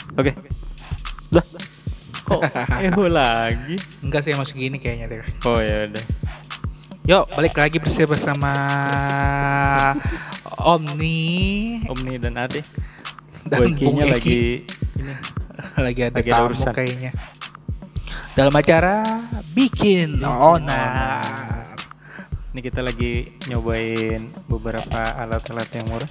Oke. Lah, kok lagi? Enggak sih, emang segini kayaknya deh. Oh ya udah. Yuk, balik lagi bersama Omni Omni dan Ade. dan Bung Boykinya Eki. lagi ini lagi ada lagi ada tamu urusan. kayaknya. Dalam acara bikin onar. Ini kita lagi nyobain beberapa alat-alat yang murah.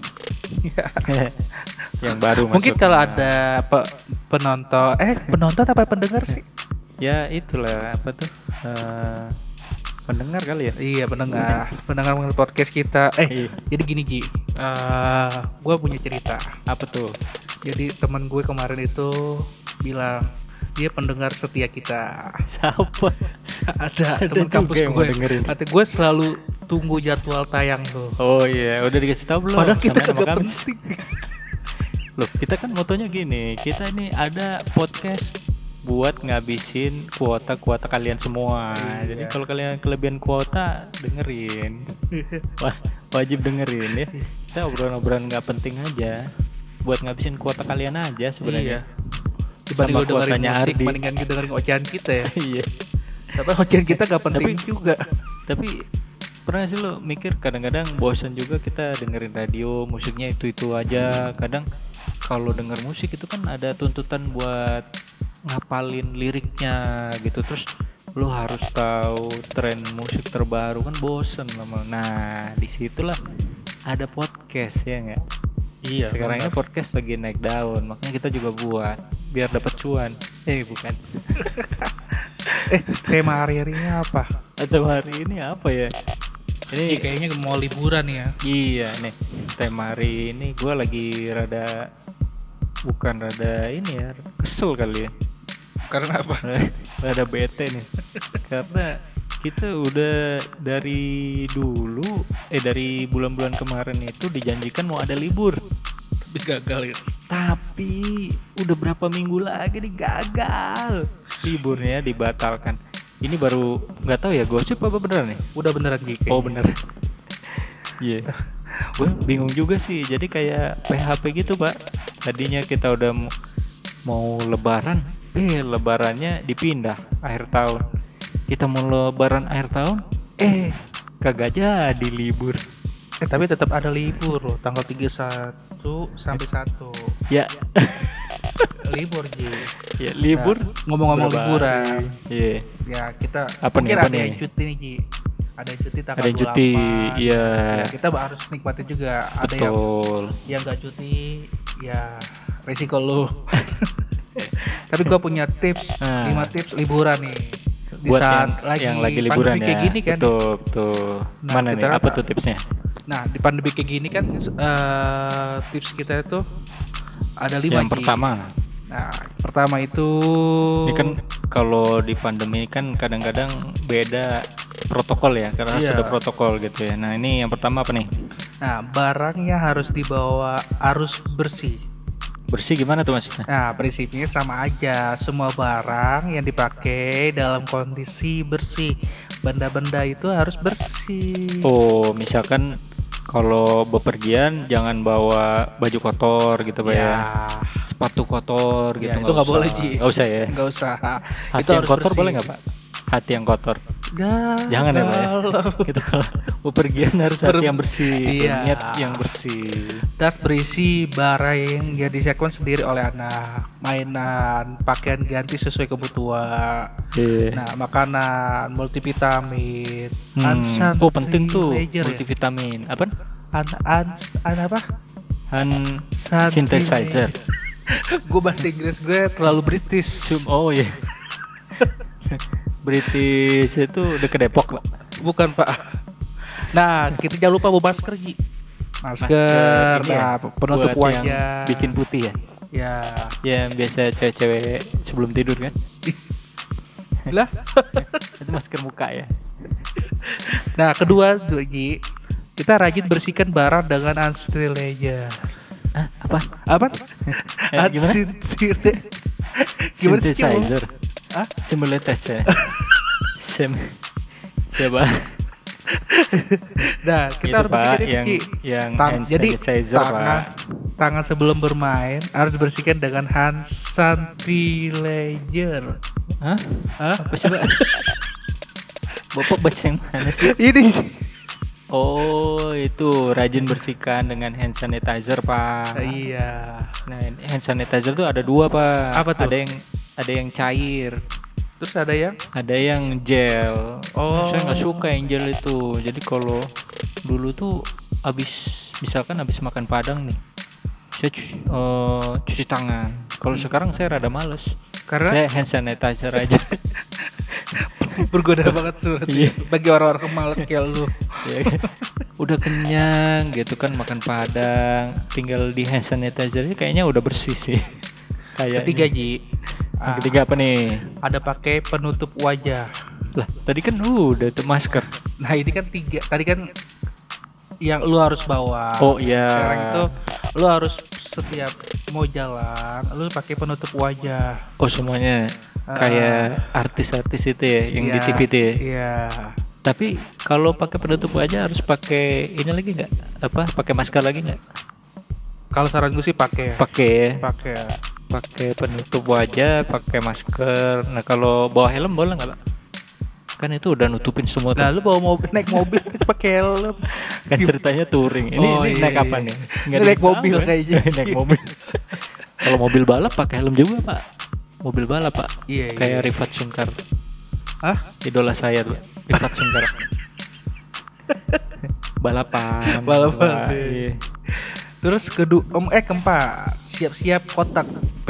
Yang baru Mungkin maksudnya. kalau ada penonton apa pendengar sih? Ya itulah apa tuh? Pendengar kali ya. Iya, pendengar mengenai podcast kita. Iya. Jadi gini Ji, gue punya cerita. Apa tuh? Jadi teman gue kemarin itu bilang dia pendengar setia kita. Siapa? Ada Ada teman kampus juga yang mau gue. dengerin. Kata gue selalu tunggu jadwal tayang tuh. Oh iya, udah dikasih tahu belum? Padahal kita Sama kagak kami? penting. Loh, kita kan motonya gini, kita ini ada podcast buat ngabisin kuota kalian semua. Iya. Jadi kalau kalian kelebihan kuota, dengerin. Wajib dengerin ya. Kita obrolan-obrolan nggak penting aja, buat ngabisin kuota kalian aja sebenarnya. Iya. Dibanding Sama lu dengerin kuotanya musik, Ardi. mendingan kita dengerin ocehan kita ya. Iya. Tapi ocehan kita gak penting Tapi- juga. Tapi pernah sih lo mikir kadang-kadang bosan juga kita dengerin radio, musiknya itu-itu aja. Kadang kalau denger musik itu kan ada tuntutan buat ngapalin liriknya gitu. Terus lo harus tahu tren musik terbaru, kan bosen lama. Nah, disitulah ada podcast ya nggak? Iya. Sekarang ini podcast lagi naik daun, makanya kita juga buat biar dapat cuan. Bukan. Tema hari-harinya apa? Atau hari ini apa ya? Ini Kayaknya mau liburan ya. iya nih, tema hari ini gue lagi bukan rada ini ya, kesel kali ya. Karena apa? Rada bete nih. Karena kita udah dari bulan-bulan kemarin itu dijanjikan mau ada libur. Tapi gagal ya. Tapi udah berapa minggu lagi nih gagal. Liburnya dibatalkan. Ini baru nggak tahu ya gosip apa beneran nih? Udah beneran Ji. Oh bener. Iya. Gue bingung juga sih. Jadi kayak PHP gitu pak. Tadinya kita udah mau lebaran, lebarannya dipindah akhir tahun. Kita mau lebaran akhir tahun, kagak jadi libur. Tapi tetap ada libur loh, tanggal 31 sampai 1. Ya, Libur Ji. ya libur. Nah, ngomong-ngomong berapa liburan. hari? Iya. Ya kita Apa nih, mungkin apa ada nih? yang cuti nih Ji. Ada yang cuti tanggal Ada yang cuti, 28. iya. Ya, kita harus nikmati juga. Ada Betul. yang nggak cuti, ya resiko lu. Tapi gua punya tips, Nah. 5 tips liburan nih. Di Buat saat yang lagi liburan pandemi ya. kayak gini kan. Betul. Nah, Mana kita nih? kan Apa tuh tipsnya? Nah, di pandemi kayak gini kan tips kita itu ada 5 Yang pertama. Nah, pertama itu Ini kan kalau di pandemi kan kadang-kadang beda protokol ya, karena Iya. sudah protokol gitu ya. Nah ini yang pertama apa nih? Nah, barangnya harus dibawa harus bersih. Bersih gimana tuh maksudnya? Nah, prinsipnya sama aja. Semua barang yang dipakai dalam kondisi bersih. Benda-benda itu harus bersih. Oh misalkan kalau bepergian jangan bawa baju kotor gitu pak ya. Sepatu kotor gitu Ya, itu nggak boleh, Ji. Nggak usah ya. Nggak usah. Hati Itu yang harus kotor bersih. boleh nggak pak? Hati yang kotor. Jangan ya pak ya. Galau. Gitu kalau bepergian harus hati yang bersih, Iya. niat yang bersih. Tas berisi barang yang disiapkan sendiri oleh anak, mainan, pakaian ganti sesuai kebutuhan. Iya. Nah, makanan, multivitamin, Oh penting tuh sanitizer ya? multivitamin. Apa? Apa? Hand Sanitizer. synthesizer. Gue bahasa Inggris gue terlalu British. Oh iya. British itu dekat Depok pak. Bukan Pak. Nah, kita jangan lupa bawa masker Ji. Masker, ini ya, nah, penutup buat yang wajah. bikin putih ya. Ya, Yang biasa cewek-cewek sebelum tidur kan. lah. Itu masker muka ya. Nah, kedua tuh Ji, kita rajin bersihkan barang dengan anstilleger. Ah, apa? Apa? Gimana? Gimana sih? Ci? Synthesizer. Hah? Simulates ya. Siapa? Nah, kita Itu harus Pak bersihkan itu yang Ki. hand Jadi sanitizer tangan Pak. tangan sebelum bermain harus dibersihkan dengan hand sanitizer. Hah? Hah? Apa sih Pak? Bapak baca yang mana sih? Ini Oh, itu rajin bersihkan dengan hand sanitizer, Pak. iya. Nah, hand sanitizer tuh ada dua, Pak. Apa tuh? Ada yang cair, Terus ada yang ada yang gel. Oh. Saya nggak suka yang gel itu. Jadi kalau dulu tuh misalkan habis makan padang nih, saya cuci tangan. Kalau sekarang saya rada males. karena Saya hand sanitizer aja. bergoda banget sebenarnya Iya. bagi orang-orang pemalas kayak lu. Ya kan? Udah kenyang gitu kan makan padang, tinggal di hand sanitizer kayaknya udah bersih sih. Kayaknya. Ketiga Ji. Yang ketiga apa nih? Ada pakai penutup wajah. Lah, tadi kan udah tuh masker. Nah, ini kan tiga. Tadi kan yang lu harus bawa. Oh iya. Sekarang itu lu harus setiap mau jalan lu pakai penutup wajah. Oh semuanya kayak artis-artis itu ya yang di Iya, TV itu ya. Iya. Tapi kalau pakai penutup wajah harus pakai ini lagi nggak? Apa? Pakai masker lagi nggak? Kalau saran gue sih pakai. Pakai ya. Pakai. Pakai penutup wajah, pakai masker. Nah kalau bawa helm boleh nggak Pak? Kan itu udah nutupin semua tuh. Nah, lu bawa mobil naik mobil pakai helm. Kan ceritanya touring. Ini, Oh, ini iya, naik iya. apa nih? Ini naik diketahui, mobil kan? kayaknya. Naik mobil. Kalau mobil balap pakai helm juga Pak. Mobil balap Pak. Iya, Kayak iya. Rifat Sungkar. Hah? Idola saya tuh. Rifat Sungkar. Balapan. Balapan, Wah, iya. iya. Terus keempat, siap-siap kotak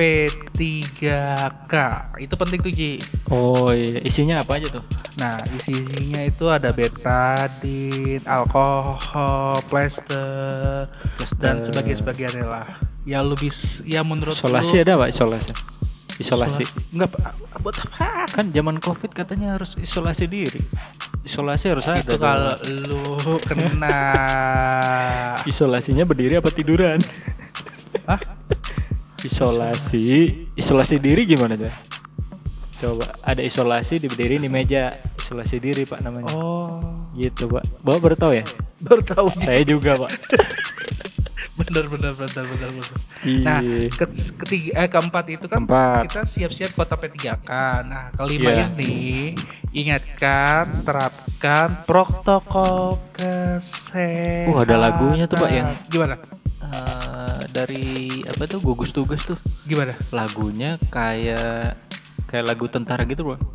P3K. Itu penting tuh, Ji. Oh iya, isinya apa aja tuh? Nah, isinya itu ada betadine, alkohol, plester, dan sebagian-sebagiannya lah. Ya lu ya menurut Isolasi lu, ada Pak? Isolasi. Enggak, buat apa? Kan zaman Covid katanya harus isolasi diri. Isolasi harus ada. Itu dong. kalau lu kena Isolasinya berdiri apa tiduran? Hah? Isolasi diri gimana tuh? Coba ada isolasi berdiri di meja, isolasi diri Pak namanya. Oh, Gitu Pak. Bapak baru tahu ya? baru tahu. Ji. Saya juga Pak. Benar. Nah, Iya. keempat itu kan Keempat. kita siap-siap kota P3K. Nah, kelima Iya. ini ingatkan, terapkan protokol kesehatan. Ada lagunya tuh, Pak, yang- gimana? Dari apa tuh gugus tugas tuh Gimana? lagunya kayak lagu tentara gitu Pak.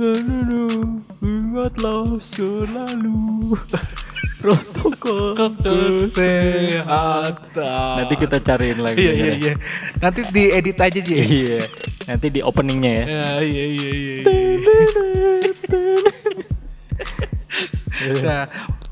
Ingatlah selalu protokol Kesehatan. Nanti kita cariin lagi. Iya. Nanti diedit aja Ji. Iya. Nanti di openingnya ya. Iya. Nah,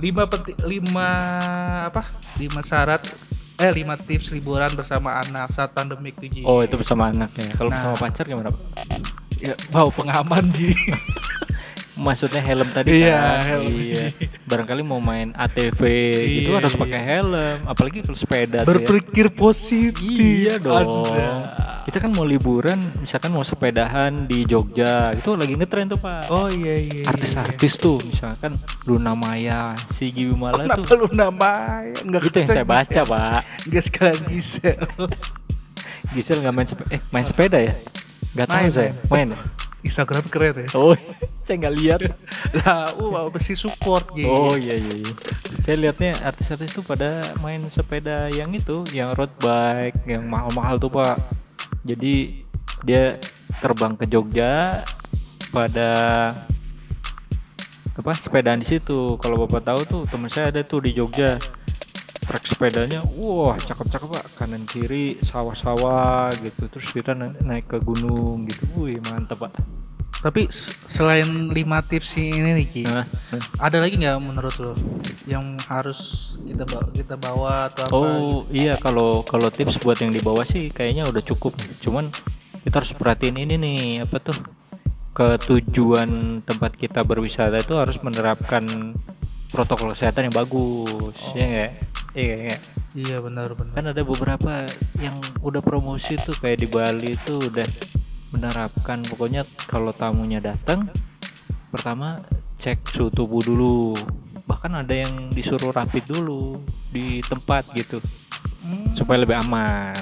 5 tips liburan bersama anak saat pandemik tuh Ji. Oh itu bersama anaknya. Kalau Nah. bersama pacar gimana Pak? Ya, bawa pengaman Ji. Maksudnya helm tadi Iya, kan. helm. Iya. Barangkali mau main ATV itu Iya, harus iya. pakai helm. Apalagi kalau sepeda tuh ya. Berpikir positif. Iya dong. Anda. Kita kan mau liburan, misalkan mau sepedahan di Jogja, itu lagi ngetren tuh Pak. Oh iya. Artis-artis tuh, misalkan Luna Maya, Sigi Bimala Kenapa tuh. lu namanya? Enggak Itu yang saya baca Pak. Enggak sekalian Gisel. Gisel nggak main sepeda ya? Nggak tahu Main, saya. Main. Ya? Instagram keren ya. Oh, saya nggak lihat. Lah, mesti support Ji. Oh iya. Saya lihatnya artis-artis tuh pada main sepeda yang itu, yang road bike, yang mahal-mahal tuh Pak. Jadi dia terbang ke Jogja pada sepedaan di situ. Kalau Bapak tahu tuh teman saya ada tuh di Jogja. Trek sepedanya, wah cakep-cakep Pak. Kanan kiri sawah-sawah gitu. Terus kita naik ke gunung gitu. Wih mantap Pak. Tapi selain 5 tips ini nih Ki, Nah, ada lagi nggak menurut lo yang harus kita bawa atau apa? oh iya kalau tips buat yang di bawah sih kayaknya udah cukup. Cuman kita harus perhatiin ini nih apa tuh ketujuan tempat kita berwisata itu harus menerapkan protokol kesehatan yang bagus. Ya nggak? Iya nggak? Iya benar. Kan ada beberapa yang udah promosi tuh kayak di Bali itu udah menerapkan pokoknya kalau tamunya datang pertama cek suhu tubuh dulu bahkan ada yang disuruh rapid dulu di tempat gitu supaya lebih aman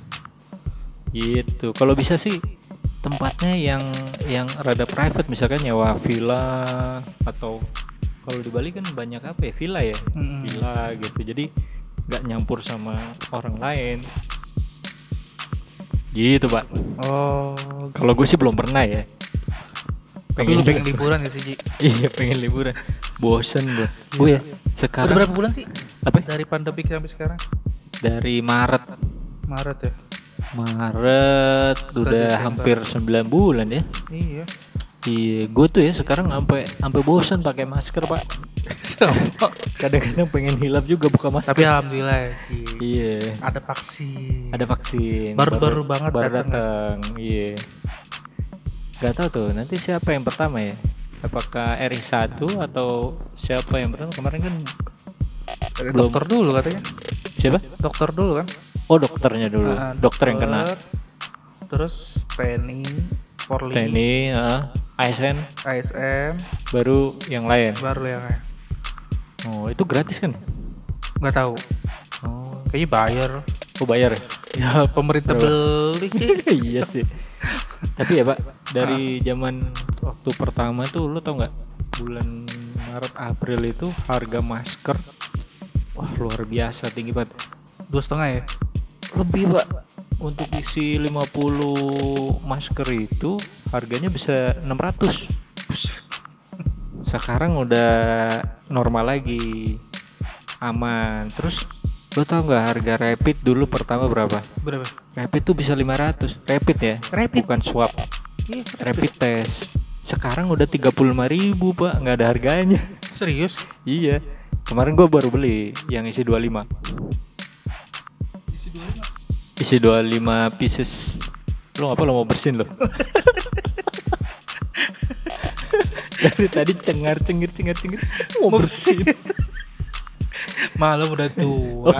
gitu. Kalau bisa sih tempatnya yang rada private, misalkan nyewa villa, atau kalau di Bali kan banyak apa ya, villa ya, villa gitu, jadi nggak nyampur sama orang lain gitu pak. Oh, Kalau gue sih belum pernah ya. tapi lu pengen liburan ya sih, Ji? Iya pengen liburan, bosen gue. Oh ya Udah sekarang berapa bulan sih apa? dari pandemi sampai sekarang? Dari Maret Maret ya? udah Desember. hampir 9 bulan ya. Iya. Iya, gue tuh ya sekarang sampai bosan pakai masker pak. Kadang-kadang pengen hilap juga buka masker. Tapi alhamdulillah ya, Ji. Iya. Ada vaksin. Ada vaksin. Baru banget baru datang. datang. Iya. Gak tahu tuh nanti siapa yang pertama ya. Apakah RI1 atau siapa yang pertama? Kemarin kan belum. Dokter dulu katanya. Siapa? Dokter dulu kan? Oh dokternya dulu. Dokter yang kena. Terus TNI, Polri, TNI, ASN, ASN, baru yang lain. baru yang lain. Oh itu gratis kan? Nggak tahu. Oh, Kayaknya bayar. oh bayar ya? Ya pemerintah beli. Iya sih. Tapi ya pak, dari zaman waktu pertama tuh lo tau nggak, bulan Maret April itu harga masker wah luar biasa tinggi banget. 2,5 ya? Lebih pak, untuk isi 50 masker itu harganya bisa 600. Sekarang udah normal lagi, aman. Terus lo tau nggak harga rapid dulu pertama berapa? Berapa? Rapid tuh bisa 500. Rapid ya, Rapid? bukan swab. Iya, Rapid test. Sekarang udah 35.000 pak, nggak ada harganya. serius? Iya, kemarin gua baru beli yang isi 25. Isi 25 pieces. Lo apa, lo mau bersin lo? Dari tadi cengar-cengir mau bersin. Malam udah tua.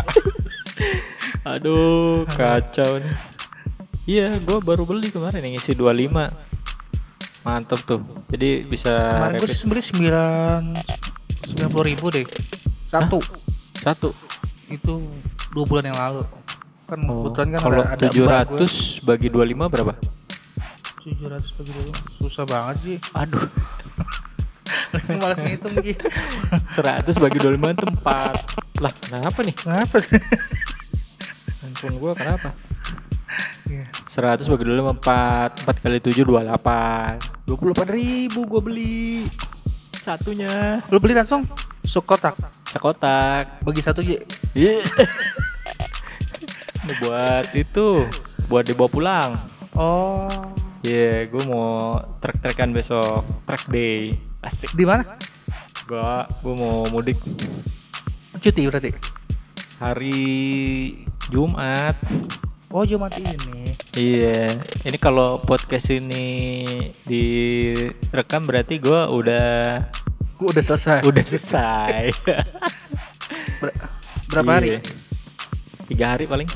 Aduh, kacau nih. Iya, gua baru beli kemarin yang isi 25. Mantap tuh. Jadi bisa Kemarin gue rapid beli 90.000 deh. Satu. itu. Itu 2 bulan yang lalu. Kan Oh, kebetulan kan kalau ada mbak gue. 700 bagi 25 berapa? 700 bagi 2. Susah banget sih. Aduh, Malas ngitung Ji. 100 bagi 25 itu 4. Lah, kenapa nih? Kenapa? Handphone gua kenapa? Iya. 100 bagi 25 4 kali 7 28. 28.000 gua beli satunya. Lu beli langsung sekotak. Sekotak. Bagi satu Ji. Iya. Ini buat itu, buat dibawa pulang. Oh. Iya, gua mau trek-trekan besok, track day. Asik. Di mana? Gua mau mudik Cuti berarti. hari Jumat. Oh, Jumat ini. Iya, ini kalau podcast ini direkam berarti gue udah Gua udah selesai. selesai. Berapa hari? Iya, 3 hari paling.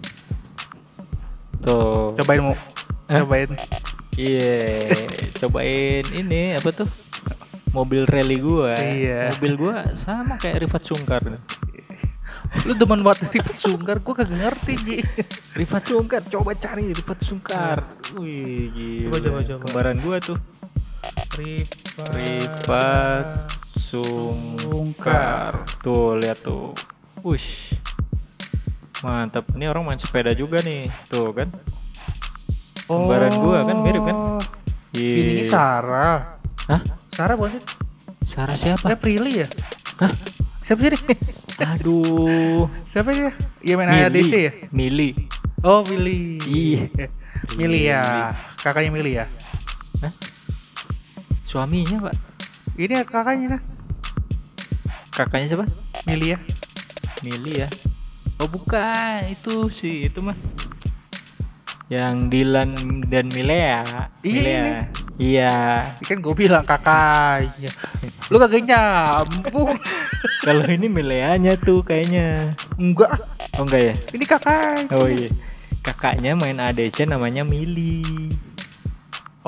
Tuh. Cobain mau. Cobain. Iya, cobain ini apa tuh? Mobil rally gua. Iya. Mobil gua sama kayak Rifat Sungkar. Lu demen banget Rifat Sungkar, gua kagak ngerti Ji. Rifat Sungkar, coba cari Rifat Sungkar. Wih, gila. Coba. Kembaran gua tuh. Rifat Sungkar. Tuh, lihat tuh. Wush. Mantap. Ini orang main sepeda juga nih. Tuh kan. Kembaran gua kan mirip kan? Ini Sarah. Hah? Sarah bukan sih? Sarah siapa? Prilly ya? Hah? Siapa sih ini? Aduh. Siapa sih? Iya main ADC ya? Mili. Oh, Willy. Iya. Mili ya. Kakaknya Mili ya? Hah? Suaminya, Pak. Ini kakaknya kan? Kakaknya siapa? Mili ya? Mili ya. Oh, bukan. Itu sih, itu mah. Yang Dilan dan Milea. Iya, Milea. Iya. Kan gue bilang kakaknya. Lu kagak nyambung. Kalau ini Mileanya tuh kayaknya. Enggak. Oh enggak ya? Ini kakaknya. Oh iya. Kakaknya main ADC namanya Mili.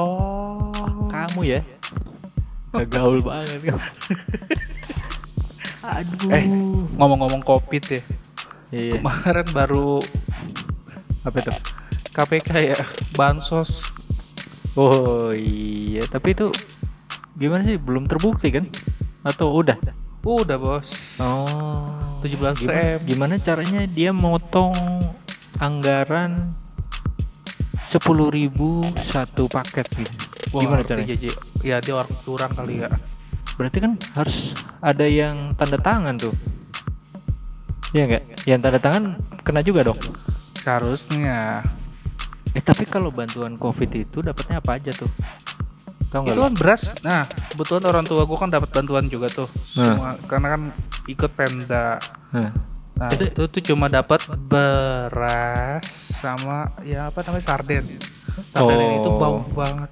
Oh. Kamu ya? Gak gaul banget kamu. Aduh. Ngomong-ngomong COVID ya, Iya. kemarin baru Apa tuh? KPK ya, bansos. Oh iya, tapi itu gimana sih? Belum terbukti kan? Atau udah? Udah bos. Oh. 17 Gimana, M. gimana caranya dia motong anggaran 10.000 satu paket gitu? Gua Gimana ngerti, caranya? Jeje. Ya dia orang curang kali ya. Berarti kan harus ada yang tanda tangan tuh. Iya nggak? Yang tanda tangan kena juga dong. Seharusnya. Tapi kalau bantuan COVID itu dapatnya apa aja tuh? Tahu nggak Itu lo? kan beras. Nah, kebetulan orang tua gua kan dapat bantuan juga tuh. Semua karena kan ikut Pemda. Nah, Nah, itu itu tuh cuma dapat beras sama ya apa namanya sarden. Sarden ini tuh bau banget.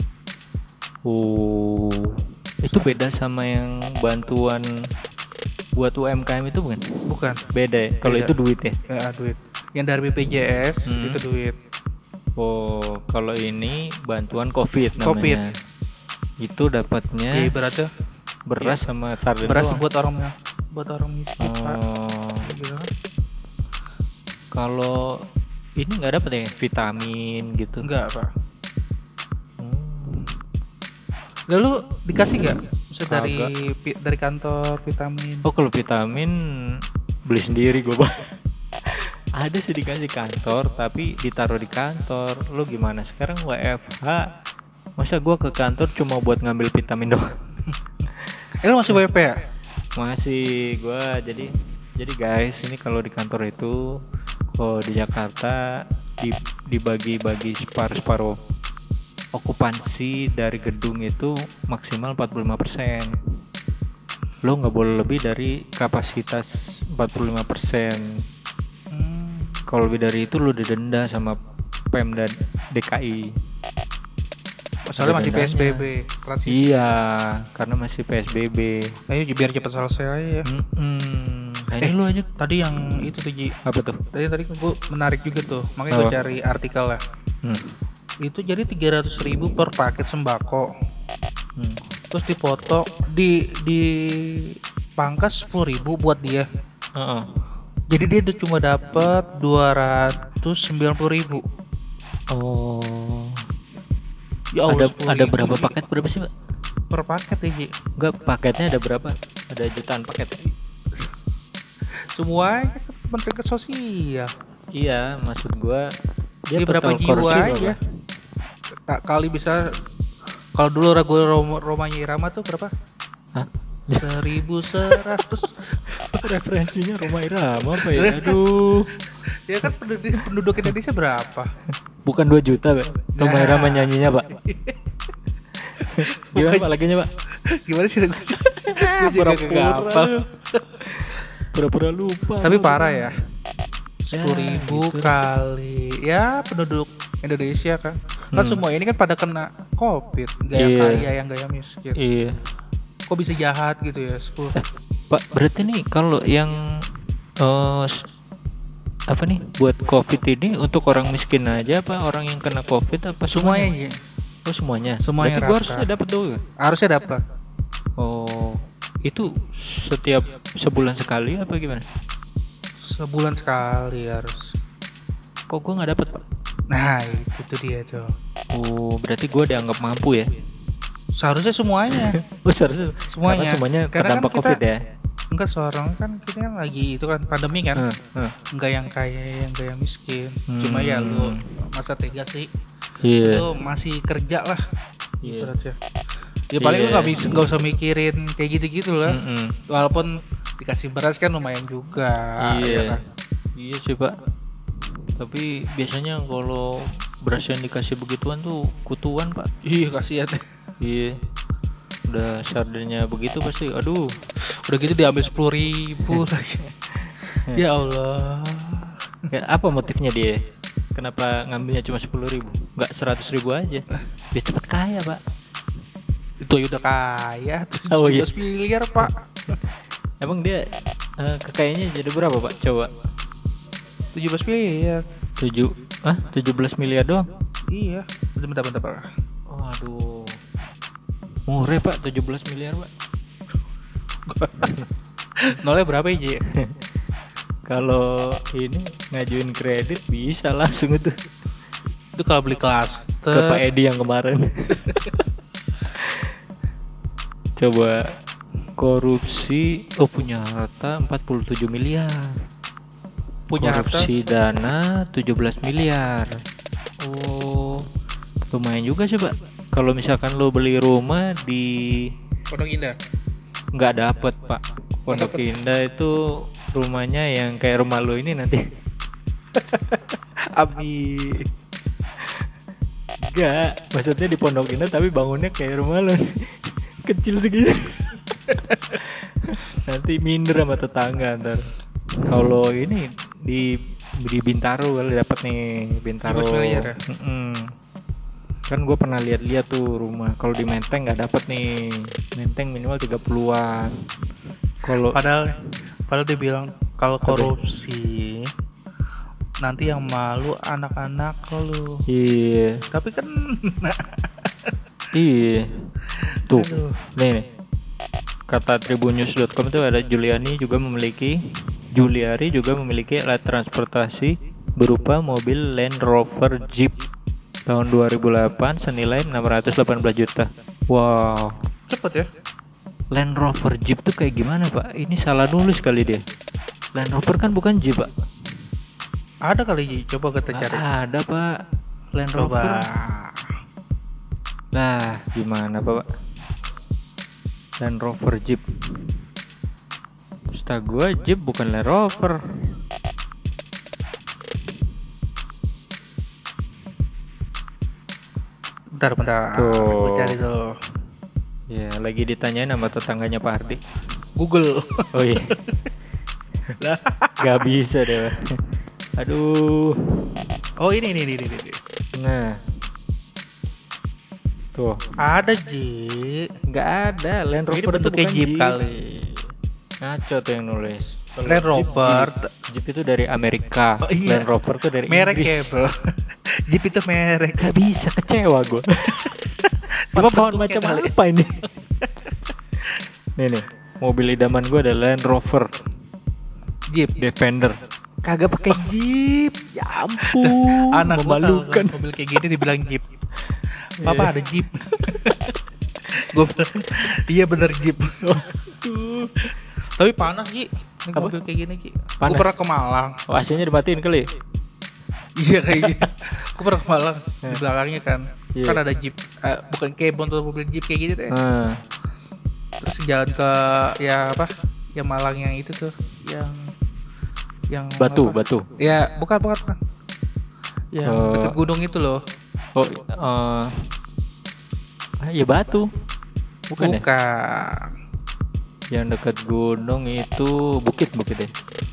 Itu beda sama yang bantuan buat UMKM itu bukan? Bukan. Beda ya? Kalau Beda. itu duit ya? Ya, duit. Yang dari BPJS itu duit. Oh, kalau ini bantuan COVID namanya. COVID. Itu dapatnya Ya ibaratnya beras sama sarden beras doang. buat orang miskin, Pak. Oh, Gitu kan? kalau ini nggak dapat ya vitamin gitu? Enggak, Pak. Hmm. Lalu dikasih nggak? Bisa Kagak. dari kantor vitamin. Oh, kalau vitamin beli sendiri gue bang. Ada sih dikasih kantor, tapi ditaruh di kantor. Lu gimana? Sekarang WFH, masa gue ke kantor cuma buat ngambil vitamin doang? Lu masih WP ya? Masih gue jadi guys, ini kalau di kantor itu, kalau di Jakarta dibagi-bagi separuh-separuh. Okupansi dari gedung itu maksimal 45%. Lo nggak boleh lebih dari kapasitas 45%. Kalau lebih dari itu lo didenda sama Pemda DKI. Soalnya masih Dendanya. PSBB transisi. Iya, karena masih PSBB. Ayo biar cepat selesai aja ya. Nah, ini lo aja Tadi yang itu tuh Ji. apa tuh? Tadi gue menarik juga tuh. Makanya gue Apa? cari artikel lah. Itu jadi 300.000 per paket sembako. Terus dipoto di pangkas 10.000 buat dia. Jadi dia udah cuma dapat 290.000. Oh, Ya Allah, ada 10.000 berapa Ji. paket? Berapa sih, Pak? Per paket ya Ji. Enggak, paketnya ada berapa? Ada jutaan paket. Semuanya kan Kementerian Sosial. Iya, maksud gua dia Dia berapa total jiwa korupsi aja. berapa? Tak kali bisa. Kalau dulu ragu Romanya Irama tuh berapa? Hah? 1.100. Referensinya Roma Irama apa ya? Aduh. Ya kan penduduk Indonesia berapa? Bukan 2 juta, Pak. Roma Nah. Irama nyanyinya, Pak. Gimana, Pak, lagunya, Pak? Gimana sih? Gue juga kagak hafal. Pura-pura lupa. Tapi parah ya. Ya, 10.000 gitu. kali ya penduduk Indonesia kan. Kan semua ini kan pada kena COVID. Gak yang Iya. kaya, yang gak yang miskin. Iya. Kok bisa jahat gitu ya 10. Pak, berarti nih kalau yang apa nih buat COVID ini untuk orang miskin aja apa orang yang kena COVID apa Semuanya Ji. Oh, semuanya. Semuanya Berarti gua rata. harusnya dapat dong. Harusnya dapat. Oh, itu setiap sebulan sekali apa gimana? Sebulan sekali harus. Kok gua nggak dapat, Pak? Nah, itu tuh dia tuh. Oh, berarti gua dianggap mampu ya? Seharusnya semuanya. Oh, seharusnya Semuanya. karena semuanya Karena kan terdampak kita- COVID ya? Enggak, seorang kan kita yang lagi itu kan pandemi kan. Enggak yang kaya, yang gak yang miskin. Cuma ya lu masa tega sih. Iya. Lu masih kerja lah. Iya. Ibaratnya. Ya paling lu Iya. nggak usah mikirin kayak gitu-gitu lah. Mm-mm. Walaupun dikasih beras kan lumayan juga. Iya. Ya kan? Iya sih, Pak. Tapi biasanya kalau beras yang dikasih begituan tuh kutuan, Pak. Iya, kasihan. Iya. Udah sardennya begitu pasti aduh. Udah gitu diambil 10.000 lagi. Ya Allah. Ya, apa motifnya dia? Kenapa ngambilnya cuma 10.000? Enggak 100.000 aja. Biar cepet kaya, Pak. Itu udah kaya. Oh, 17 iya. miliar, Pak. Emang dia kekayaannya jadi berapa, Pak? Coba. 17 miliar. 17 miliar doang. Iya. Bentar. Oh, aduh. Murah, Pak, 17 miliar, Pak. Nolnya berapa ya, Ji? Kalau ini ngajuin kredit bisa langsung itu. Itu kalau beli Ke Pak klaster. Edi yang kemarin. Coba korupsi, punya harta 47 miliar. Punya harta. Korupsi dana 17 miliar. Oh, Lumayan juga sih, Pak. Kalau misalkan lo beli rumah di Pondok Indah. nggak dapet, Pak. Pondok Indah itu rumahnya yang kayak rumah lo ini nanti. Abi. Enggak, maksudnya di Pondok Indah tapi bangunnya kayak rumah lo. Kecil segini. Nanti minder sama tetangga ntar. Kalau ini di Bintaro kali dapat nih, Bintaro. 17 miliar ya? Kan gue pernah lihat tuh rumah. Kalau di Menteng nggak dapat nih. Menteng minimal 30-an. Kalau Padahal dia bilang kalau korupsi nanti yang malu anak-anak lu. iya, Tapi kan iya. Tuh, aduh. nih. Kata tribunnews.com itu ada Juliari juga memiliki alat transportasi berupa mobil Land Rover Jeep tahun 2008 senilai 618 juta. Wow, Cepet ya. Land Rover Jeep tuh kayak gimana, Pak? Ini salah nulis kali dia. Land Rover kan bukan Jeep, Pak. Ada kali, Ji. Coba kita cari. Ada, Pak. Land Coba. Rover. Nah, gimana, Pak? Land Rover Jeep. Setahu gua Jeep bukan Land Rover. Bentar. Tuh. Gue cari dulu. Ya, lagi ditanyain sama tetangganya Pak Ardi. Google. Oh iya. Gak bisa deh, Pak. Aduh. Oh, ini. Nah. Tuh, Ada, Ji. nggak ada Land Ini Rover itu bentuknya bukan Jeep Jeep. kali. Ngaco tuh yang nulis. Kalau Land Jeep, Rover. Jeep itu dari Amerika. Oh, iya. Land Rover tuh dari Merek Inggris. ya, Bro. Jeep itu merek. Gak bisa, kecewa gue. Cuma pohon bentuknya macam kali. apa ini? Nih, mobil idaman gue ada Land Rover Jeep. Defender. Kagak pakai Jeep. Ya ampun. Anak gua kalau memalukan. mobil kayak gini dibilang Jeep. Papa ada Jeep. Gue iya bener Jeep. Tapi panas, Ji. Ini Apa? mobil kayak gini, Ji. Panas. Gue pernah ke Malang. Oh, AC-nya dimatiin kali. Iya kayak gitu. Gue pernah ke Malang. Di belakangnya kan. Iya. Kan ada Jeep. Bukan kayak bontot mobil Jeep kayak gitu deh. Nah, Terus jalan ke ya apa? Yang Malang yang itu tuh, yang batu. apa? Ya, bukan. Yang dekat gunung itu loh. Oh, ya Batu. Bukan ya? Bukan. Yang dekat gunung itu bukit ya.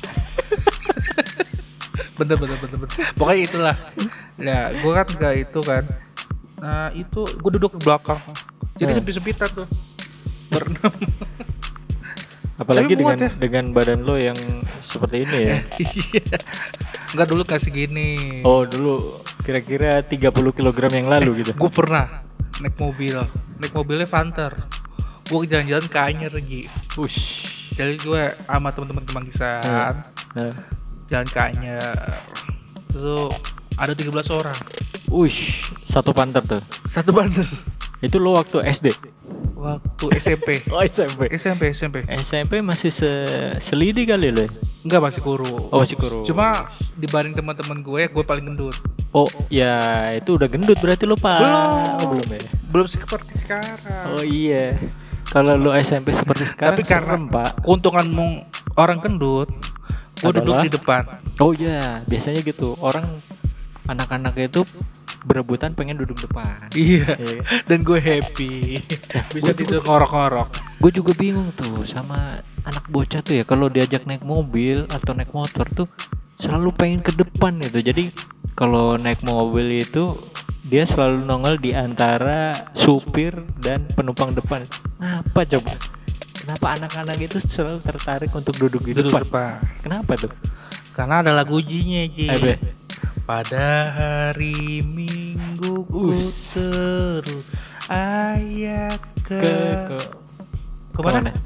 Bener. Pokoknya itulah. Ya, gue kan enggak itu kan. Nah, itu gue duduk di belakang. Jadi sempit-sempitan tuh. Berenam. Apalagi Tapi muat dengan badan lo yang seperti ini ya. Iya. Enggak dulu kayak segini. Oh, dulu kira-kira 30 kg yang lalu gitu. Gue pernah naik mobil. Naik mobilnya Vanter. Gue jalan-jalan ke Anyer Gi. Ush. Jadi gue sama teman-teman Kemanggisan Nah. jalan ke Anyer. Itu ada 13 orang. Ush, satu panter tuh. Satu Banter. Itu lo waktu SD. Waktu SMP. Oh, SMP. SMP masih selidi kali lo. Enggak, masih kurus. Oh, masih kurus. Cuma dibanding teman-teman gue paling gendut. Oh, ya itu udah gendut berarti lo, Pak. Belum. Oh, belum ya. Belum seperti sekarang. Oh iya. Kalau lo SMP seperti sekarang Tapi karena serem, Pak. keuntunganmu orang gendut, gue duduk Adalah? di depan. Oh iya, biasanya gitu. Orang anak-anak itu berebutan pengen duduk depan. Iya. Iya. Dan gue happy. Bisa tidur ngorok-ngorok. Gue juga bingung tuh sama anak bocah tuh ya, kalau diajak naik mobil atau naik motor tuh selalu pengen ke depan gitu. Jadi kalau naik mobil itu dia selalu nongol di antara supir dan penumpang depan. Apa coba? Kenapa anak-anak itu selalu tertarik untuk duduk di Duduk depan? depan. Kenapa tuh? Karena ada lagu ujinya, Ji. Apa? Pada hari Minggu ku Us. terus ayah Ke kemana?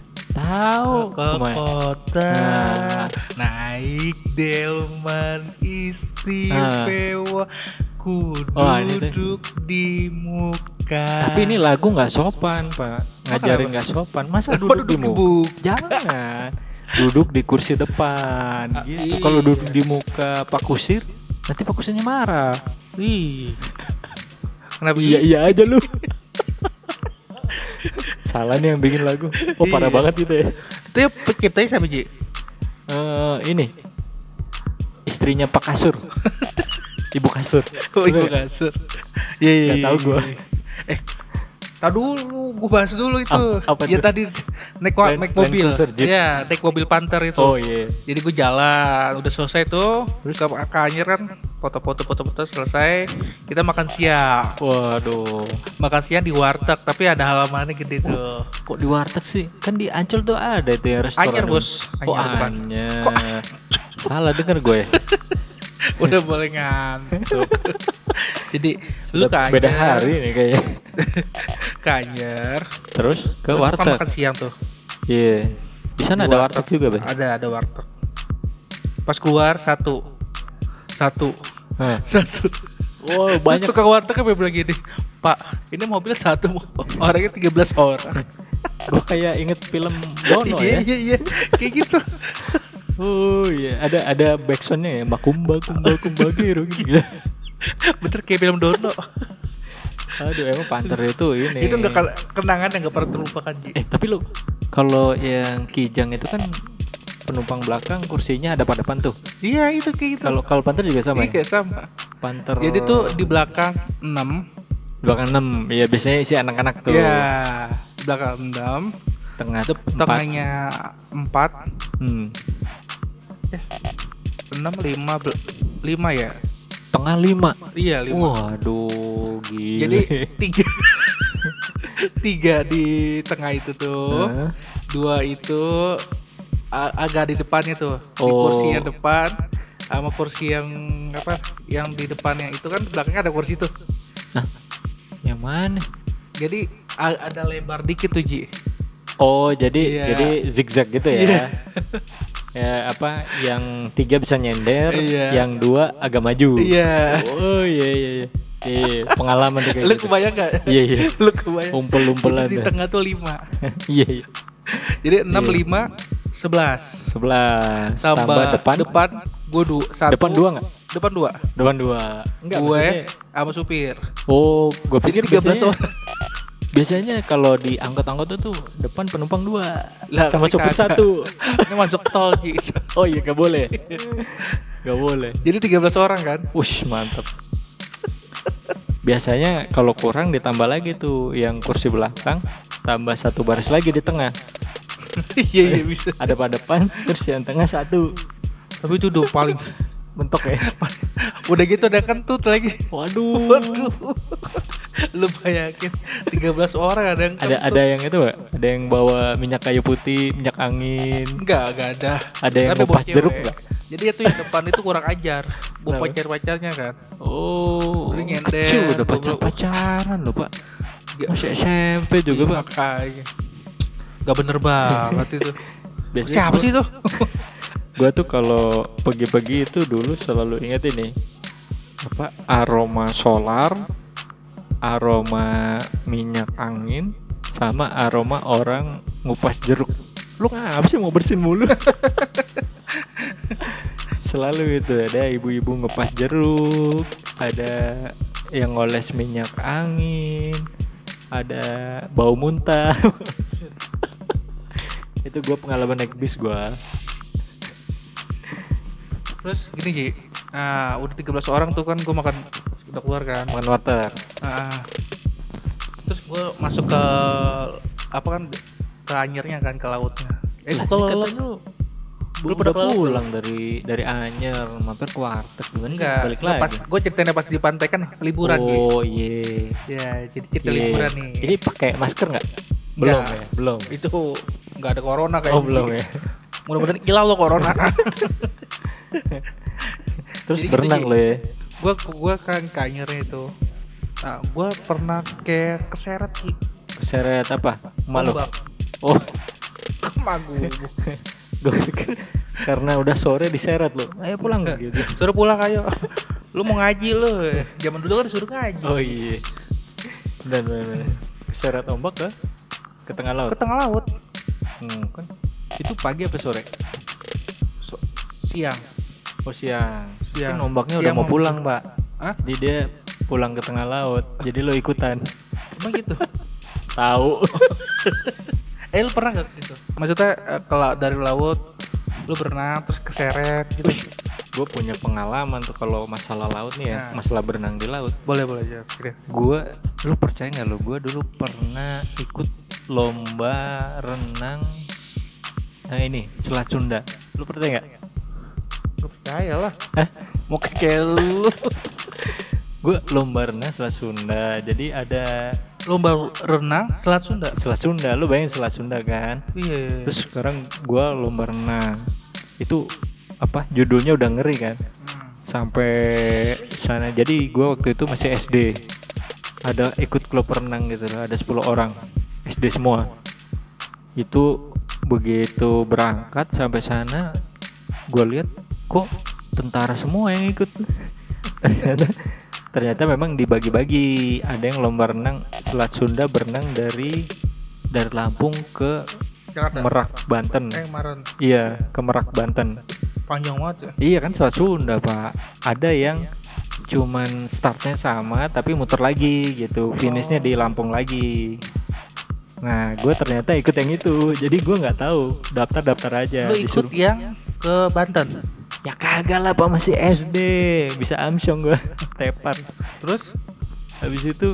Tahu ke kota naik delman istimewa ku duduk di muka. Tapi ini lagu nggak sopan Pak, ngajarin nggak sopan. Masa duduk di muka? Jangan. Duduk di kursi depan gitu. Kalau duduk di muka Pak Kusir, nanti Pak Kusirnya marah. Kenapa iya aja lu. Salah nih yang bikin lagu. Parah banget gitu ya. Itu ya penciptanya siapa Ji? Ini istrinya Pak Kasur. Ibu Kasur. Ibu Kasur. Iya. Gak tahu gue. Tahu dulu, gue bahas dulu itu. Apa ya tuh? tadi naik mobil. Iya, naik mobil Panther itu. Oh iya. Jadi gue jalan, udah selesai tuh. Terus ke Anyer kan, foto-foto selesai. Kita makan siang. Waduh. Makan siang di warteg, tapi ada halamannya gede tuh. Kok di warteg sih? Kan di Ancol tuh ada itu ya restoran. Anyer bos. Anyer. Salah denger gue. Udah boleh ngantuk. Jadi lu ke Anyer. Beda hari nih kayaknya. Ke Anyer. Terus ke warteg. Makan siang tuh. Iya. Di sana ada warteg juga, Bang. Ada warteg. Pas keluar satu. Oh, banyak. Terus tukang warteg kan bilang gini, Pak, ini mobil satu, orangnya 13 orang. Gue kayak inget film Dono ya. Iya, kayak gitu. Oh iya, ada backsoundnya ya, kumba gero gitu. Bener kayak film Dono. Aduh, emang Panther itu ini. Itu udah kenangan yang gak pernah terlupakan Ji. Tapi lu kalau yang Kijang itu kan penumpang belakang kursinya ada pada depan tuh. Iya, itu kayak gitu. Kalau Panther juga sama. Iya, sama. Panther. Jadi tuh di belakang 6. Belakang 6. Iya, biasanya isi anak-anak tuh. Iya, belakang 6. Tengahnya 4. 6 5 ya. Tengah 5. Iya 5. Waduh, gila. Jadi 3 di tengah itu tuh. 2 itu agak di depannya tuh. Di kursi yang depan sama kursi yang apa? Yang di depannya itu kan belakangnya ada kursi tuh. Nah, yang mana? Jadi ada lebar dikit tuh Ji. Oh, jadi zigzag gitu ya. Iya. Ya apa, yang 3 bisa nyender, yang 2 agak maju. Iya. Oh iya. Pengalaman tuh kayak Lu gitu. kebayang gak? Iya. Lu kebayang? Umpel-umpelan di tengah tuh 5. Iya. Jadi 6 5 11 tambah depan gue 1. Depan 2 enggak? Depan 2. Enggak, gue sama supir. Oh, gue pikir 13 orang. Biasanya kalau di angkot-angkot itu depan penumpang 2 sama supir 1. Ini masuk tol Ji. Oh iya, gak boleh. Gak boleh. Jadi 13 orang kan? Wush, mantap. Biasanya kalau kurang ditambah lagi tuh yang kursi belakang, tambah 1 baris lagi di tengah. Iya bisa. Ada pada depan, terus yang tengah 1. Tapi itu udah paling mentok ya. Udah gitu udah kentut lagi. Waduh. Lu bayangin 13 orang ada yang kentut. Ada yang itu Pak? Ada yang bawa minyak kayu putih, minyak angin. Enggak ada. Ada yang ngupas jeruk enggak? Jadi itu yang depan itu kurang ajar. Buat pacar-pacarnya kan. Oh. Lu nyender. Kecil udah pacaran loh Pak. Masih SMP juga Pak. Makanya. Gak bener banget itu. Biasanya siapa sih itu? Gua tuh kalau pagi-pagi itu dulu selalu ingat ini. Apa? Aroma solar, aroma minyak angin, sama aroma orang ngupas jeruk. Lu ngapa sih mau bersin mulu? Selalu itu ada ibu-ibu ngupas jeruk, ada yang ngoles minyak angin, ada bau muntah. Itu gue pengalaman naik bis gue. Terus gini Ji, udah 13 orang tuh kan gue makan, udah keluar kan. Makan warteg. Terus gue masuk ke apa kan, ke Anyernya kan, ke lautnya. Kalau lu udah pulang dari Anyer mampir ke warteg gimana? Enggak, balik lagi. Pas gue ceritain pas di pantai kan liburan gitu. Oh iya. Ya, jadi cerita liburan nih. Ini pakai masker nggak? Belum ya, belum. Itu nggak ada corona kayak. Oh belum ya. Mudah-mudahan hilang lo corona. Terus jadi berenang gitu, lo ya? Gue kan ke Anyernya itu. Nah, gue pernah kayak keseret Ki. Keseret apa? Malu. Ombak. Oh. Aku. Gue pikir karena udah sore diseret lo, ayo pulang gitu. Suruh pulang ayo. Lu mau ngaji lu. Zaman dulu kan disuruh ngaji. Oh iya. Dan seret ombak ke tengah laut. Ke tengah laut. Kan itu pagi apa sore? Siang. Oh siang. Siang. Kan ombaknya siang udah mau pulang, Pak. Hah? Jadi dia pulang ke tengah laut. Jadi lo ikutan. Emang gitu. Tahu. Lu pernah gak gitu? Maksudnya kalau dari laut lu berenang terus keseret gitu. Gue punya pengalaman tuh kalau masalah laut nih ya, masalah berenang di laut. Boleh aja. Lu percaya nggak lu? Gue dulu pernah ikut lomba renang. Nah ini Selat Sunda. Lu percaya nggak? Gue percaya lah. Hah? Mau kayak lu. Gue lomba renang Selat Sunda. Jadi ada lomba renang Selat Sunda. Selat Sunda, lu bayangin Selat Sunda kan? Iya. Terus sekarang gue lomba renang. Itu apa? Judulnya udah ngeri kan? Sampai sana. Jadi gue waktu itu masih SD. Ada ikut klub renang gitu loh. Ada 10 orang SD semua. Itu begitu berangkat sampai sana, gue lihat kok tentara semua yang ikut. Ternyata memang dibagi-bagi. Ada yang lomba renang Selat Sunda, berenang dari Lampung ke Jakarta. Merak, Banten. Kemarin. Iya, ke Merak, Banten. Panjang banget ya. Iya kan Selat Sunda, Pak. Ada yang cuman startnya sama tapi muter lagi gitu. Finishnya di Lampung lagi. Nah, gue ternyata ikut yang itu. Jadi gue nggak tahu. Daftar aja. Lu ikut yang ke Banten? Ya kagak lah Pak, masih SD. Bisa amsyong gue. Tepat. Terus habis itu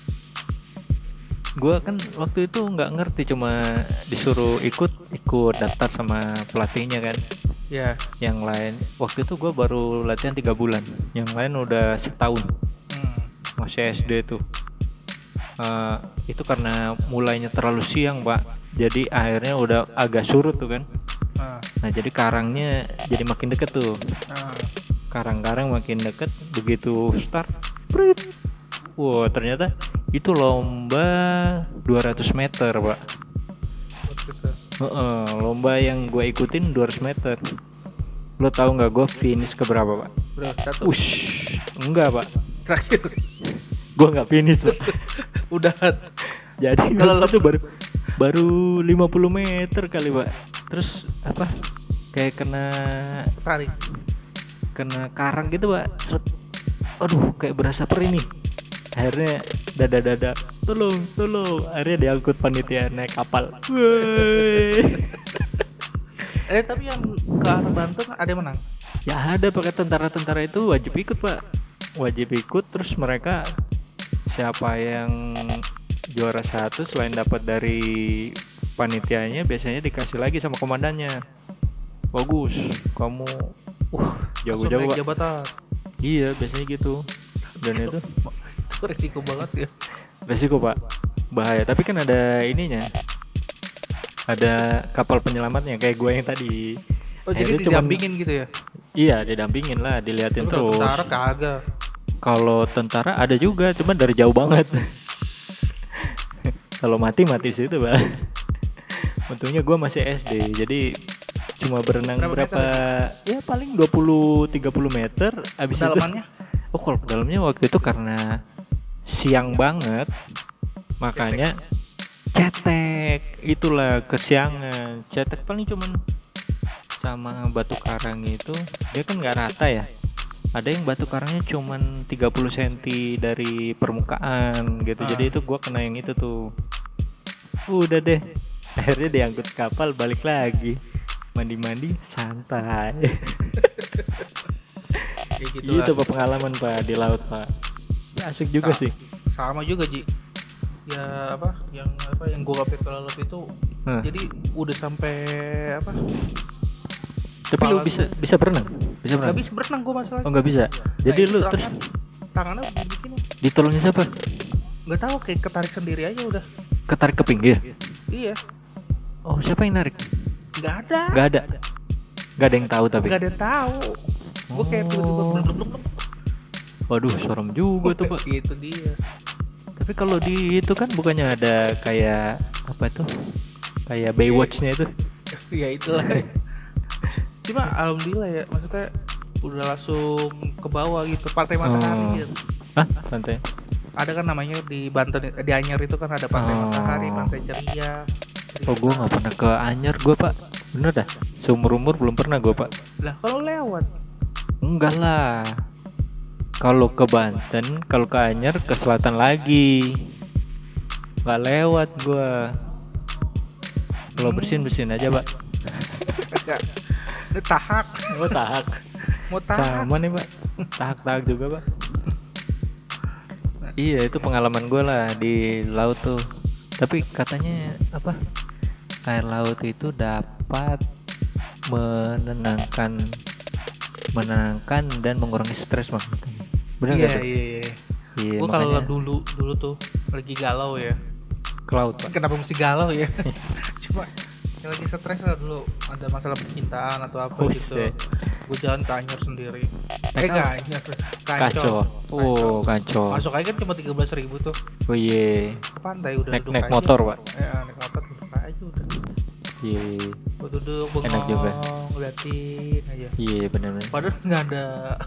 gue kan waktu itu nggak ngerti, cuma disuruh ikut daftar sama pelatihnya kan. Ya. Yang lain waktu itu gue baru latihan 3 bulan, yang lain udah setahun. Masih SD tuh. Itu karena mulainya terlalu siang Pak, jadi airnya udah agak surut tuh kan. Nah jadi karangnya jadi makin deket tuh. Karang-karang makin deket. Begitu start, wow ternyata itu lomba 200 meter Pak. Lomba yang gue ikutin 200 meter. Lo tahu nggak gue finish ke berapa Pak? Berapa? Enggak Pak. Terakhir. Gue nggak finish Pak. Udahan. Jadi kalau itu baru 50 meter kali Pak. Terus apa? Kayak tarik. Kena karang gitu Pak. Aduh, kayak berasa perih nih. Akhirnya dada tolong akhirnya diangkut panitia naik kapal. Tapi yang ke arah Banten ada yang menang? Ya ada, pakai tentara itu wajib ikut Pak, wajib ikut. Terus mereka siapa yang juara 1 selain dapat dari panitianya, biasanya dikasih lagi sama komandannya. Bagus kamu, jago-jago Pak. Jabatan. Iya biasanya gitu. Dan itu resiko banget ya. Resiko Pak, bahaya. Tapi kan ada ininya, ada kapal penyelamatnya kayak gue yang tadi. Jadi didampingin gitu ya? Iya didampingin lah, diliatin. Tapi terus. Tentara kagak. Kalau tentara ada juga, cuman dari jauh banget. Kalau mati situ Pak. Untungnya gue masih SD, jadi cuma berenang berapa ya paling 20-30 meter. Abis kedalamannya? Itu kalau dalamnya waktu itu karena siang banget, makanya cetek. Itulah kesiangan. Cetek paling cuman sama batu karang itu, dia kan nggak rata ya. Ada yang batu karangnya cuman 30 cm dari permukaan gitu. Jadi itu gua kena yang itu tuh. Udah deh, akhirnya diangkut kapal balik lagi. Mandi santai. Itu Pak pengalaman Pak di laut Pak. Ya, asik juga sih. Sama juga Ji. Ya yang gua kapit kalau itu. Jadi udah sampai apa? Tapi lu bisa berenang? Gak bisa berenang gue masalahnya. Oh gak bisa. Jadi lu terus tangannya begini. Ditolongin siapa? Gak tahu, kayak ketarik sendiri aja udah. Ketarik ke pinggir? Iya. Oh siapa yang narik? Gak ada yang tahu tapi. Gak ada yang tahu. Gue kayak tiba-tiba blek. Waduh serem juga tuh Pak. Itu dia. Tapi kalau di itu kan bukannya ada kayak apa tuh? Kayak Baywatch-nya itu. Ya itulah. Cuma alhamdulillah ya, maksudnya udah langsung ke bawah gitu, pantai matahari gitu. Hah? Pantai? Ada kan namanya di Banten, di Anyer itu kan ada pantai matahari, pantai ceria. Oh, gue nggak pernah ke Anyer gue pak, bener dah. Seumur umur belum pernah gue pak. Lah kalau lewat? Enggak lah. Kalau ke Banten, kalau ke Anyer ke selatan lagi. Nggak lewat gue. Kalau bersin aja pak. Ini tahak. Oh tahak. Mau tahak. Sama nih pak. Tahak juga pak. Iya itu pengalaman gue lah di laut tuh. Tapi katanya apa? Air laut itu dapat menenangkan dan mengurangi stres maksudnya. Benar Iya, gak tuh? Iya. Gue kalau dulu tuh lagi galau ya. Ke laut pak. Kenapa mesti galau ya? Cuma lagi stres lah dulu, ada masalah percintaan atau apa gitu. Gue jalan ke Anyer sendiri. Anyer, Kancol. Oh Kancol. Masuk aja kan cuma 13.000 tuh. Oh iya. Ke pantai udah duduk naik aja. Motor pak. Ya naik motor duduk aja udah. Iya. Gue duduk bengong. Enak juga. Ngeliatin aja. Iya benar. Padahal nggak ada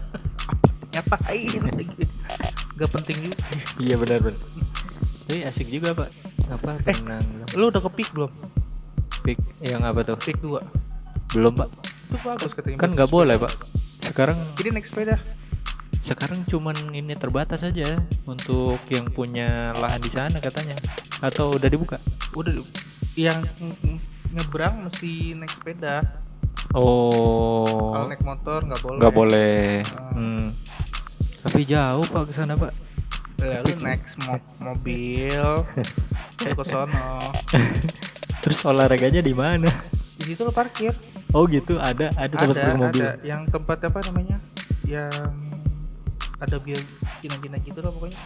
ngapain lagi. Gak penting juga. Iya benar. Tapi asik juga pak. Apa berenang? Lu udah ke Peak belum? Peak yang apa tuh? Peak 2. Belum pak. Itu bagus katanya. Kan nggak boleh pak. Sekarang jadi naik sepeda. Sekarang cuman ini terbatas aja untuk yang punya lahan di sana katanya. Atau udah dibuka? Udah. Yang nyebrang mesti naik sepeda. Oh. Kalau naik motor nggak boleh. Nggak boleh. Tapi jauh pak ke sana pak. Ya, lu naik mobil lu ke sono. Terus olahraganya di mana? Di situ lu parkir. Oh gitu, ada tempat parkir mobil. Ada yang tempat apa namanya? Yang ada biar Cina-Cina gitu lah pokoknya.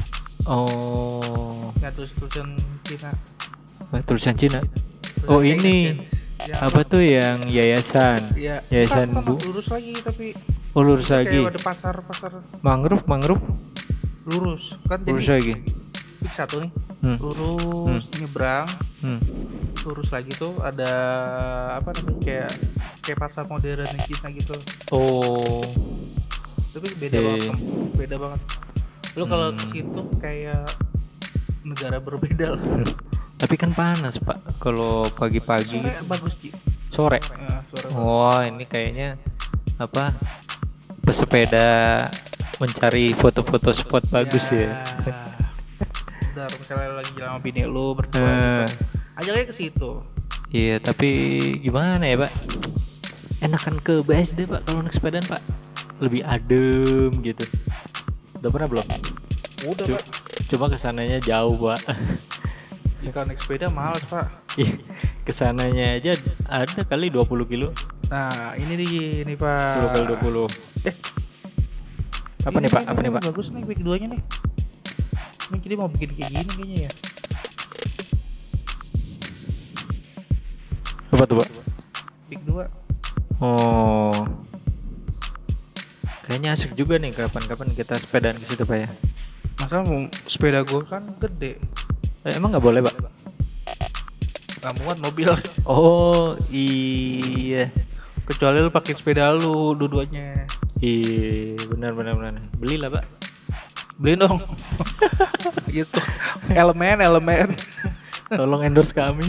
Oh. Ya tulisan Cina. Tulisan Cina. Oh ini apa tuh yang yayasan? Ya, yayasan Bu. Lurus lagi tapi. Oh lurus lagi. Kayak ada pasar. Mangrove. Lurus kan lurus jadi. Lagi. Peak 1 nih. Lurus nyebrang. Lurus lagi tuh ada apa namanya kayak pasar modern Cina gitu. Oh. Tapi beda banget. Lu kalau ke situ kayak negara berbeda lah. Tapi kan panas pak kalau pagi-pagi. Sore bagus Ci. Sore. Sore oh ini kayaknya apa pesepeda mencari foto-foto spot bagus ya. Udah misalnya lagi jalan sama bini lu berdua gitu. Ajaknya ke situ. Iya tapi gimana ya pak? Enakan ke BSD pak kalau naik sepedaan pak. Lebih adem gitu. Udah pernah belum? Udah pak. Cuma kesananya jauh pak. Kalau naik sepeda males pak. Kesananya aja ada kali 20 kilo. Nah ini pak 20 kali 20. Apa nih pak? Bagus nih week 2 nya nih. Ini jadi mau bikin kayak gini kayaknya ya. Apa tuh pak? Week 2. Oh. Kayaknya asik juga nih kapan-kapan kita sepedaan ke situ pak ya. Masa mau sepeda gue kan gede. Emang nggak boleh pak? Gak muat mobil. Oh iya. Kecuali lu pakai sepeda lu dua-duanya. Iya benar. Belilah pak. Beli dong. Gitu. Elemen. Tolong endorse kami.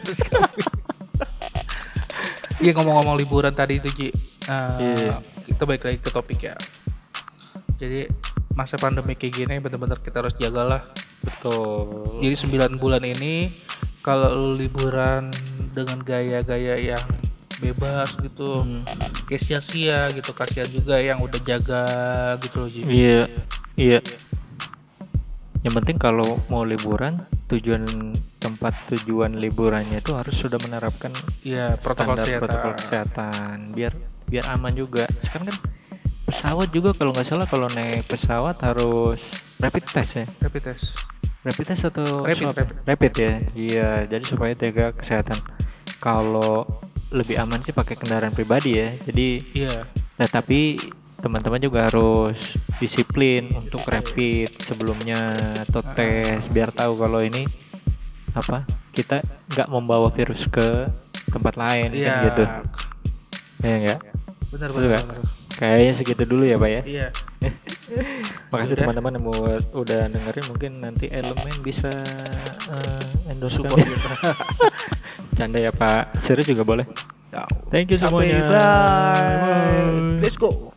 Iya ngomong-ngomong liburan tadi itu Ci. Kita balik lagi ke topik ya. Jadi masa pandemi kayak gini benar-benar kita harus jagalah. Betul. Jadi 9 bulan ini kalau lu liburan dengan gaya-gaya yang bebas gitu, kayak sia-sia gitu, kasihan juga yang udah jaga gitu loh Ji. Iya. Yang penting kalau mau liburan tujuan liburannya itu harus sudah menerapkan protokol kesehatan biar aman juga. Sekarang kan pesawat juga kalau nggak salah kalau naik pesawat harus rapid test ya. Rapid test atau rapid ya. Iya, jadi supaya jaga kesehatan. Kalau lebih aman sih pakai kendaraan pribadi ya. Jadi nah, tapi teman-teman juga harus disiplin untuk rapid sebelumnya atau tes biar tahu kalau ini apa kita nggak membawa virus ke tempat lain Iya. kan gitu. Ya enggak? Benar. Kayaknya segitu dulu ya Pak ya. Iya. Makasih Udah. teman-teman yang udah dengerin, mungkin nanti Elemen bisa endorse Support kami. kita. Canda ya Pak, serius juga boleh. Ya. Thank you Sampai semuanya. bye. Let's go.